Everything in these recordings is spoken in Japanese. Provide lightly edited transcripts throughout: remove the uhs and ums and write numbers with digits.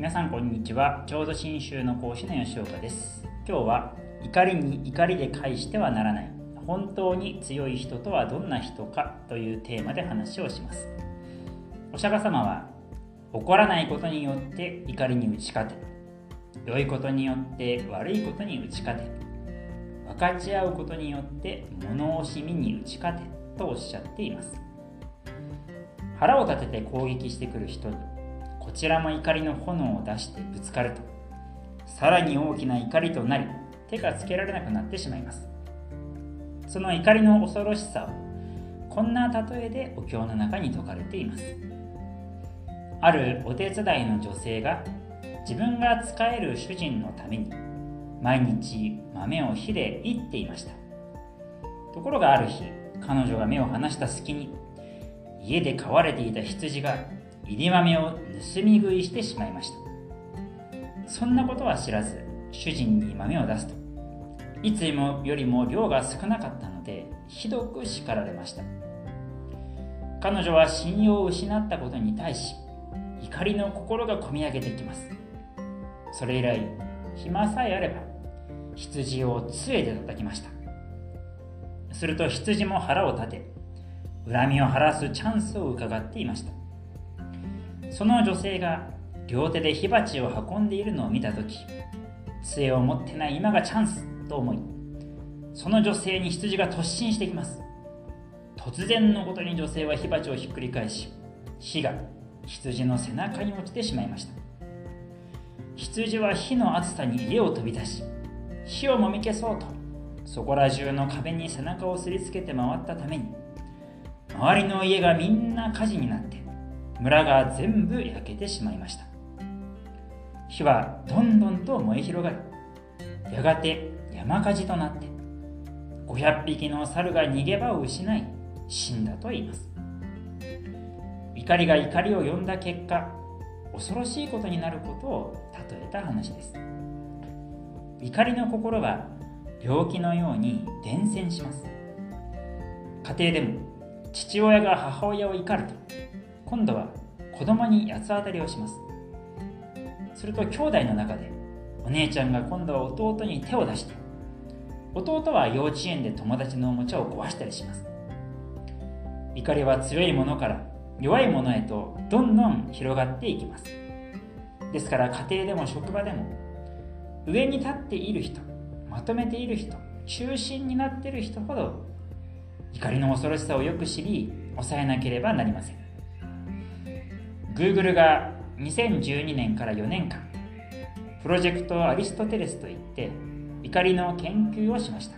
皆さんこんにちは。浄土真宗の講師の吉岡です。今日は怒りに怒りで返してはならない、本当に強い人とはどんな人かというテーマで話をします。お釈迦様は怒らないことによって怒りに打ち勝て、良いことによって悪いことに打ち勝て、分かち合うことによって物惜しみに打ち勝てとおっしゃっています。腹を立てて攻撃してくる人にこちらも怒りの炎を出してぶつかると、さらに大きな怒りとなり手がつけられなくなってしまいます。その怒りの恐ろしさをこんな例えでお経の中に説かれています。あるお手伝いの女性が自分が仕える主人のために毎日豆を火で煎っていました。ところがある日、彼女が目を離した隙に家で飼われていた羊が煎り豆を盗み食いしてしまいました。そんなことは知らず主人に豆を出すと、いつもよりも量が少なかったのでひどく叱られました。彼女は信用を失ったことに対し怒りの心がこみ上げてきます。それ以来、暇さえあれば羊を杖で叩きました。すると羊も腹を立て、恨みを晴らすチャンスを伺っていました。その女性が両手で火鉢を運んでいるのを見たとき、杖を持ってない今がチャンスと思い、その女性に羊が突進してきます。突然のことに女性は火鉢をひっくり返し、火が羊の背中に落ちてしまいました。羊は火の熱さに家を飛び出し、火をもみ消そうとそこら中の壁に背中をすりつけて回ったために、周りの家がみんな火事になって村が全部焼けてしまいました。火はどんどんと燃え広がり、やがて山火事となって500匹の猿が逃げ場を失い死んだと言います。怒りが怒りを呼んだ結果、恐ろしいことになることを例えた話です。怒りの心は病気のように伝染します。家庭でも父親が母親を怒ると、今度は子供に八つ当たりをします。すると兄弟の中でお姉ちゃんが今度は弟に手を出して、弟は幼稚園で友達のおもちゃを壊したりします。怒りは強いものから弱いものへとどんどん広がっていきます。ですから家庭でも職場でも、上に立っている人、まとめている人、中心になっている人ほど怒りの恐ろしさをよく知り抑えなければなりません。 Google が2012年から4年間プロジェクトアリストテレスといって怒りの研究をしました。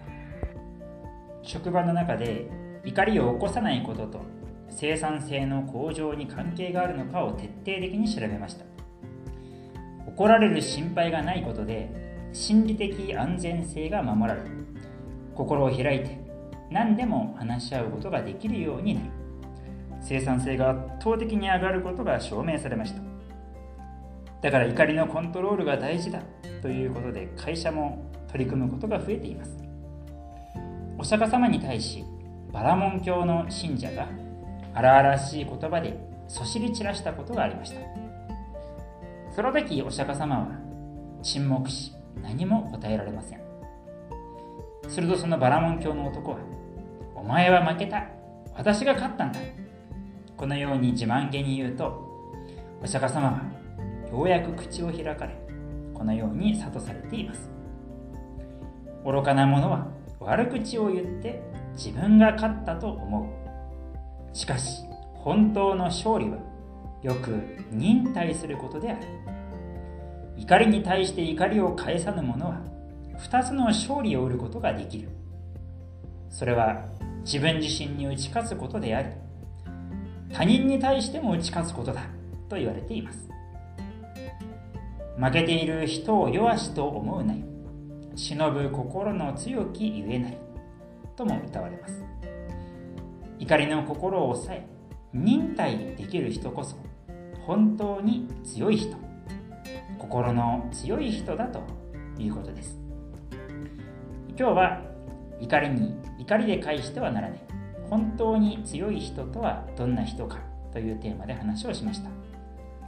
職場の中で怒りを起こさないことと生産性の向上に関係があるのかを徹底的に調べました。怒られる心配がないことで心理的安全性が守られ、心を開いて何でも話し合うことができるようになり、生産性が圧倒的に上がることが証明されました。だから怒りのコントロールが大事だということで会社も取り組むことが増えています。お釈迦様に対しバラモン教の信者が荒々しい言葉でそしり散らしたことがありました。その時お釈迦様は沈黙し何も答えられません。するとそのバラモン教の男は、お前は負けた、私が勝ったんだ、このように自慢げに言うと、お釈迦様はようやく口を開かれ、このように諭されています。愚かな者は悪口を言って自分が勝ったと思う。しかし本当の勝利はよく忍耐することである。怒りに対して怒りを返さぬ者は2つの勝利を得ることができる。それは自分自身に打ち勝つことであり、他人に対しても打ち勝つことだと言われています。負けている人を弱しと思うなよ、忍ぶ心の強きゆえなりとも歌われます。怒りの心を抑え忍耐できる人こそ本当に強い人、心の強い人だということです。今日は怒りに怒りで返してはならない、本当に強い人とはどんな人かというテーマで話をしました。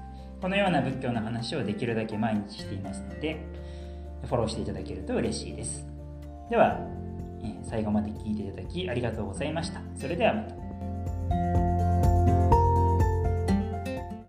このような仏教の話をできるだけ毎日していますので、フォローしていただけると嬉しいです。では、最後まで聞いていただきありがとうございました。それではまた。